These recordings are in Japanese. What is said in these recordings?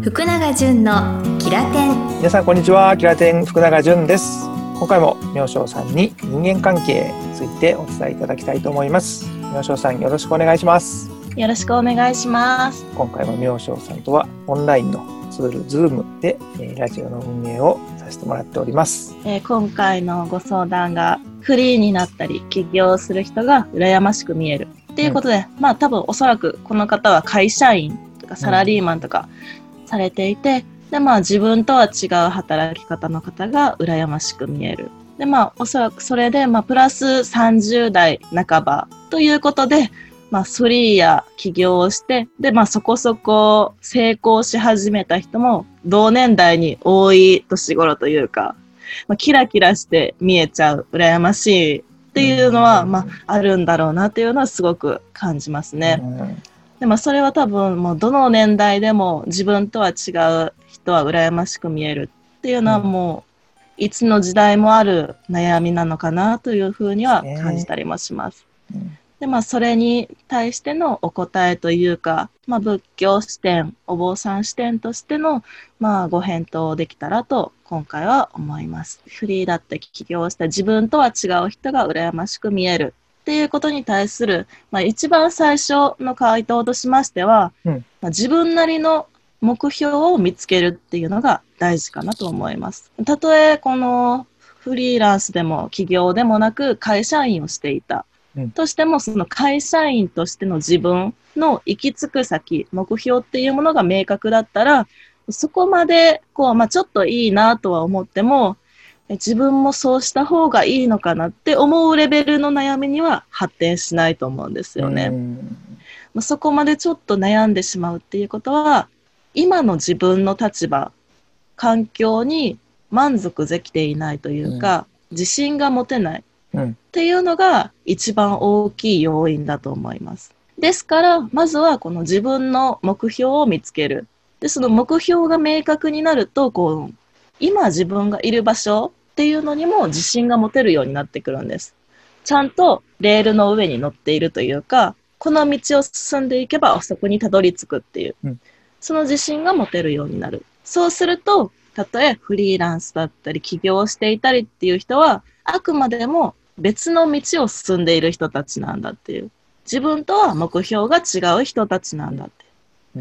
福永純のキラテン。 皆さんこんにちは。キラテン福永純です。今回も明正さんに人間関係についてお伝えいただきたいと思います。明正さん、よろしくお願いします。 よろしくお願いします。 今回も明正さんとはオンラインのツール Zoom でラジオの運営をさせてもらっております。 今回のご相談がフリーになったり起業する人が羨ましく見えるっていうことで、多分おそらくこの方は会社員とかサラリーマンとかされていて、で自分とは違う働き方の方が羨ましく見える。でおそらくそれでプラス30代半ばということで、フリーや起業をして、でそこそこ成功し始めた人も同年代に多い年頃というか、キラキラして見えちゃう羨ましいっていうのは、あるんだろうなっていうのはすごく感じますね。でそれは多分もうどの年代でも自分とは違う人は羨ましく見えるっていうのはもういつの時代もある悩みなのかなというふうには感じたりもします。でそれに対してのお答えというか、仏教視点、お坊さん視点としての、ご返答できたらと今回は思います。フリーだって起業した自分とは違う人が羨ましく見えるっていうことに対する、一番最初の回答としましては、自分なりの目標を見つけるっていうのが大事かなと思います。たとえこのフリーランスでも起業でもなく会社員をしていたとしても、その会社員としての自分の行き着く先、目標っていうものが明確だったら、そこまでちょっといいなとは思っても、自分もそうした方がいいのかなって思うレベルの悩みには発展しないと思うんですよね。そこまでちょっと悩んでしまうっていうことは、今の自分の立場、環境に満足できていないというか、自信が持てないっていうのが一番大きい要因だと思います。ですから、まずはこの自分の目標を見つける。で、その目標が明確になると、今自分がいる場所っていうのにも自信が持てるようになってくるんです。ちゃんとレールの上に乗っているというか、この道を進んでいけばあそこにたどり着くっていう、その自信が持てるようになる。そうすると、たとえフリーランスだったり起業していたりっていう人は、あくまでも別の道を進んでいる人たちなんだっていう。自分とは目標が違う人たちなんだって。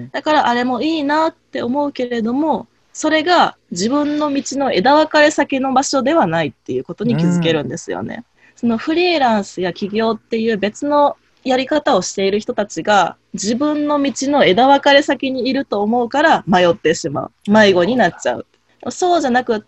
だからあれもいいなって思うけれども、それが自分の道の枝分かれ先の場所ではないっていうことに気づけるんですよね。そのフリーランスや起業っていう別のやり方をしている人たちが自分の道の枝分かれ先にいると思うから迷ってしまう。迷子になっちゃう。そうじゃなくって、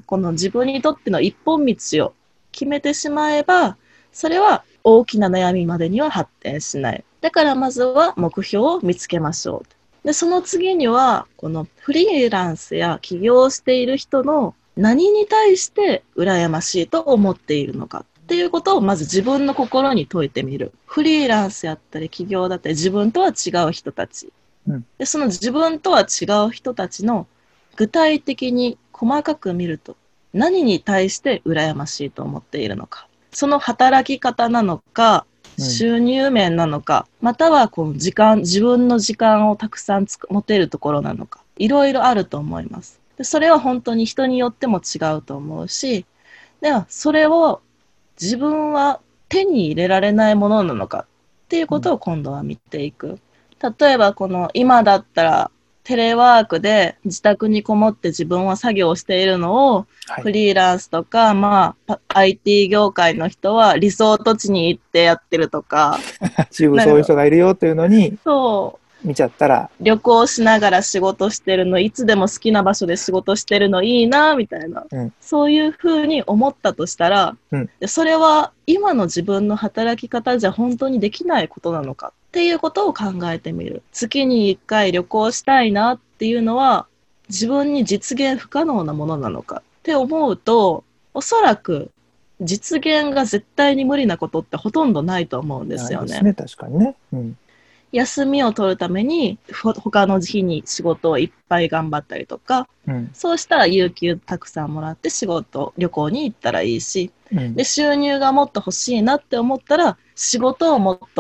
この自分にとっての一本道を決めてしまえば、それは大きな悩みまでには発展しない。だからまずは目標を見つけましょう。で、その次には、このフリーランスや起業をしている人の何に対して羨ましいと思っているのかっていうことをまず自分の心に問いてみる。フリーランスやったり起業だったり自分とは違う人たち。で、その自分とは違う人たちの具体的に細かく見ると何に対して羨ましいと思っているのか。その働き方なのか、収入面なのか、またはこの自分の時間をたくさん持てるところなのか、いろいろあると思います。でそれは本当に人によっても違うと思うし、ではそれを自分は手に入れられないものなのかっていうことを今度は見ていく。例えば今だったらテレワークで自宅にこもって自分は作業をしているのを、フリーランスとか、IT 業界の人はリゾート地に行ってやってるとか。 そういう人がいるよというのに、見ちゃったら。 旅行しながら仕事してるの、いつでも好きな場所で仕事してるのいいな、みたいな。そういうふうに思ったとしたら、それは今の自分の働き方じゃ本当にできないことなのか。っていうことを考えてみる。月に1回旅行したいなっていうのは自分に実現不可能なものなのかって思うと、おそらく実現が絶対に無理なことってほとんどないと思うんですよね。 ないですね、確かにね。 休みを取るために他の日に仕事をいっぱい頑張ったりとか、そうしたら有給たくさんもらって旅行に行ったらいいし、で収入がもっと欲しいなって思ったら仕事をもっと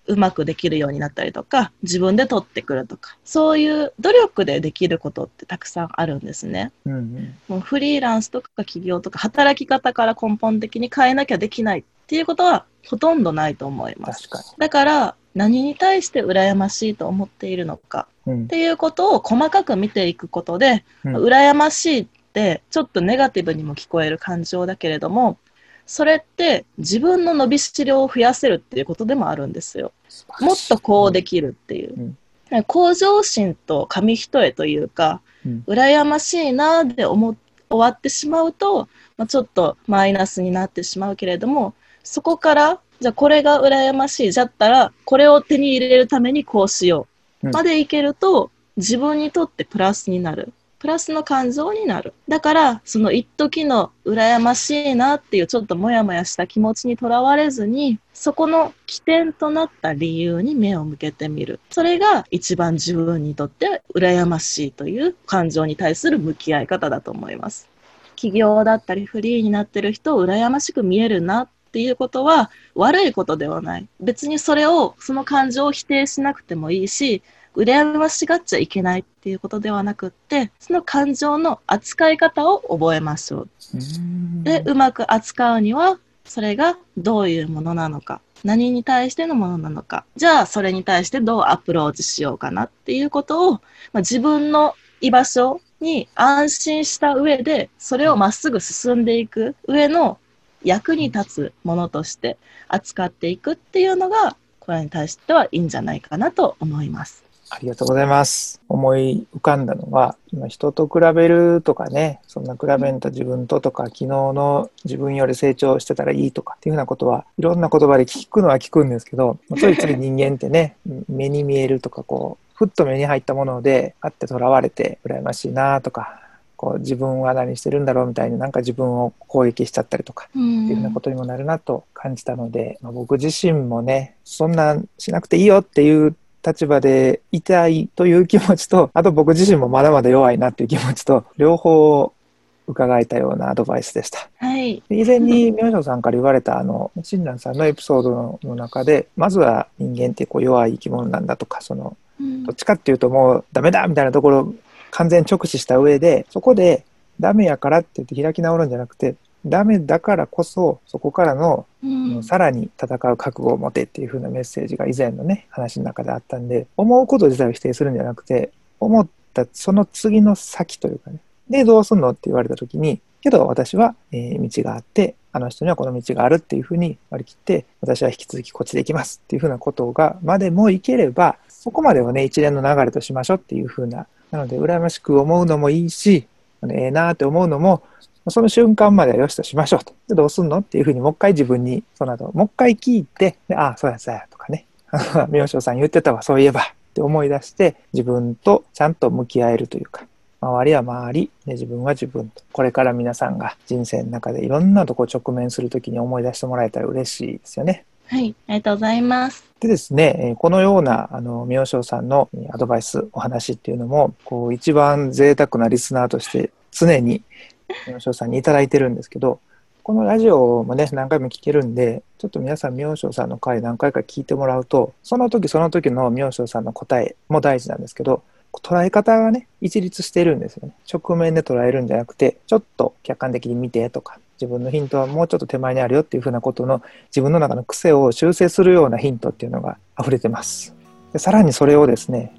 うまくできるようになったりとか、自分で取ってくるとか、そういう努力でできることってたくさんあるんですね。もうフリーランスとか起業とか働き方から根本的に変えなきゃできないっていうことはほとんどないと思います。 確かに。 だから何に対して羨ましいと思っているのかっていうことを細かく見ていくことで、羨ましいってちょっとネガティブにも聞こえる感情だけれども、それって自分の伸びしろを増やせるっていうことでもあるんですよ。もっとこうできるっていう。向上心と紙一重というか、羨ましいなで終わってしまうと、ちょっとマイナスになってしまうけれども、そこからじゃあこれが羨ましい、じゃったらこれを手に入れるためにこうしようまでいけると、自分にとってプラスになる。プラスの感情になる。だからその一時の羨ましいなっていうちょっとモヤモヤした気持ちにとらわれずに、そこの起点となった理由に目を向けてみる。それが一番自分にとって羨ましいという感情に対する向き合い方だと思います。起業だったりフリーになってる人を羨ましく見えるなっていうことは悪いことではない。別にその感情を否定しなくてもいいし、羨ましがっちゃいけないっていうことではなくって、その感情の扱い方を覚えましょう。で、うまく扱うには、それがどういうものなのか、何に対してのものなのか、じゃあそれに対してどうアプローチしようかなっていうことを、自分の居場所に安心した上で、それをまっすぐ進んでいく上の役に立つものとして扱っていくっていうのが、これに対してはいいんじゃないかなと思います。 ありがとうございます。思い浮かんだのは、今人と比べるとかね、そんな比べんと自分ととか、昨日の自分より成長してたらいいとかっていうふうなことは、いろんな言葉で聞くのは聞くんですけど、ついつい人間ってね、目に見えるとか、ふっと目に入ったもので、あってとらわれて、羨ましいなとか、自分は何してるんだろうみたいになんか自分を攻撃しちゃったりとかっていうふうなことにもなるなと感じたので、僕自身もね、そんなんしなくていいよっていう立場でいたいという気持ちと、あと僕自身もまだまだ弱いなっていう気持ちと、両方伺えたようなアドバイスでした。 はい。 以前に明星さんから言われた親鸞さんのエピソードの中で、まずは人間って弱い生き物なんだとか、どっちかっていうともうダメだみたいなところを完全直視した上で、そこでダメやからって言って開き直るんじゃなくて、ダメだからこそそこからの、さらに戦う覚悟を持てっていう風なメッセージが以前のね話の中であったんで、思うこと自体を否定するんじゃなくて、思ったその次の先というかね、でどうすんのって言われた時に、けど私は、道があって、あの人にはこの道があるっていう風に割り切って、私は引き続きこっちで行きますっていう風なことがまでもいければ、そこまではね一連の流れとしましょうっていう風な、なので羨ましく思うのもいいし、なーって思うのもその瞬間まではよしとしましょうと。でどうすんのっていうふうにもう一回自分にその後もう一回聞いて、でそうやそうやとかね明星さん言ってたわそういえばって思い出して、自分とちゃんと向き合えるというか、周りは周りで自分は自分と、これから皆さんが人生の中でいろんなとこ直面するときに思い出してもらえたら嬉しいですよね。 はい、ありがとうございます。 でですね、このような明星さんのアドバイスお話っていうのも一番贅沢なリスナーとして常に明星さんにいただいてるんですけど、このラジオもね何回も聞けるんで、ちょっと皆さん明星さんの回何回か聞いてもらうと、その時その時の明星さんの答えも大事なんですけど、捉え方がね一律してるんですよね。直面で捉えるんじゃなくて、ちょっと客観的に見てとか、自分のヒントはもうちょっと手前にあるよっていうふうなことの、自分の中の癖を修正するようなヒントっていうのが溢れてます。でさらにそれをですね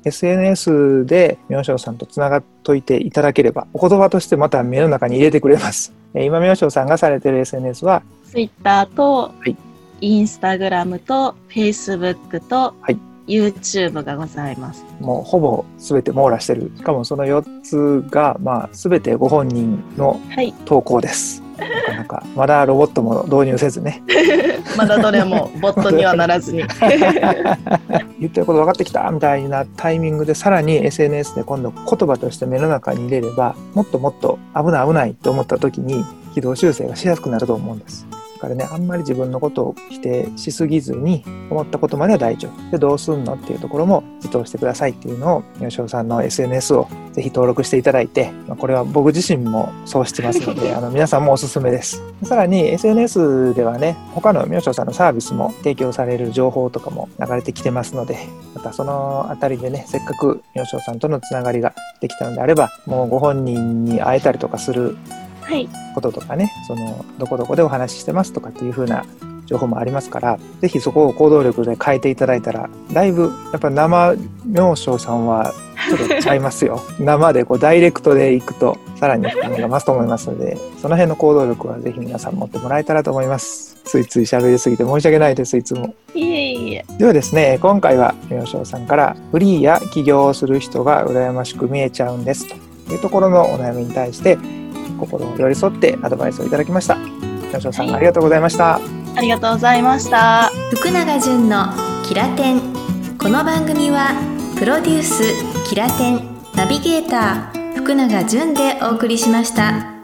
SNS で明星さんとつながっといていただければ、お言葉としてまた目の中に入れてくれます。今明星さんがされている SNS は Twitter と、 はい、 Instagram と Facebook と、 はい、 YouTube がございます。 もうほぼ全て網羅してる。しかもその4つが全てご本人の投稿です、はい、なかなかまだロボットも導入せずねまだどれもボットにはならずに言ってること分かってきたみたいなタイミングで、さらに SNS で今度言葉として目の中に入れれば、もっともっと危ないと思った時に軌道修正がしやすくなると思うんです。 だからね、あんまり自分のことを否定しすぎずに、思ったことまでは大丈夫で、どうすんのっていうところも自答してくださいっていうのを、吉尾さんの SNS をぜひ登録していただいて、これは僕自身もそうしてますので皆さんもおすすめです。さらに SNS ではね、他の吉尾さんのサービスも提供される情報とかも流れてきてますので、またそのあたりでね、せっかく吉尾さんとのつながりができたのであれば、もうご本人に会えたりとかすることとかね、そのどこどこでお話ししてますとかっていう風な情報もありますから、ぜひそこを行動力で変えていただいたら、だいぶやっぱ生妙正さんはちょっとちゃいますよ生でこうダイレクトで行くとさらに深みが増すと思いますので、その辺の行動力はぜひ皆さん持ってもらえたらと思います。ついつい喋りすぎて申し訳ないです、いつも。 いえいえ。 ではですね、今回は妙正さんからフリーや起業をする人が羨ましく見えちゃうんですというところのお悩みに対して心を寄り添ってアドバイスをいただきました。妙正さん、ありがとうございました。 ありがとうございました。 福永純のキラテン。この番組はプロデュースキラテンナビゲーター福永純でお送りしました。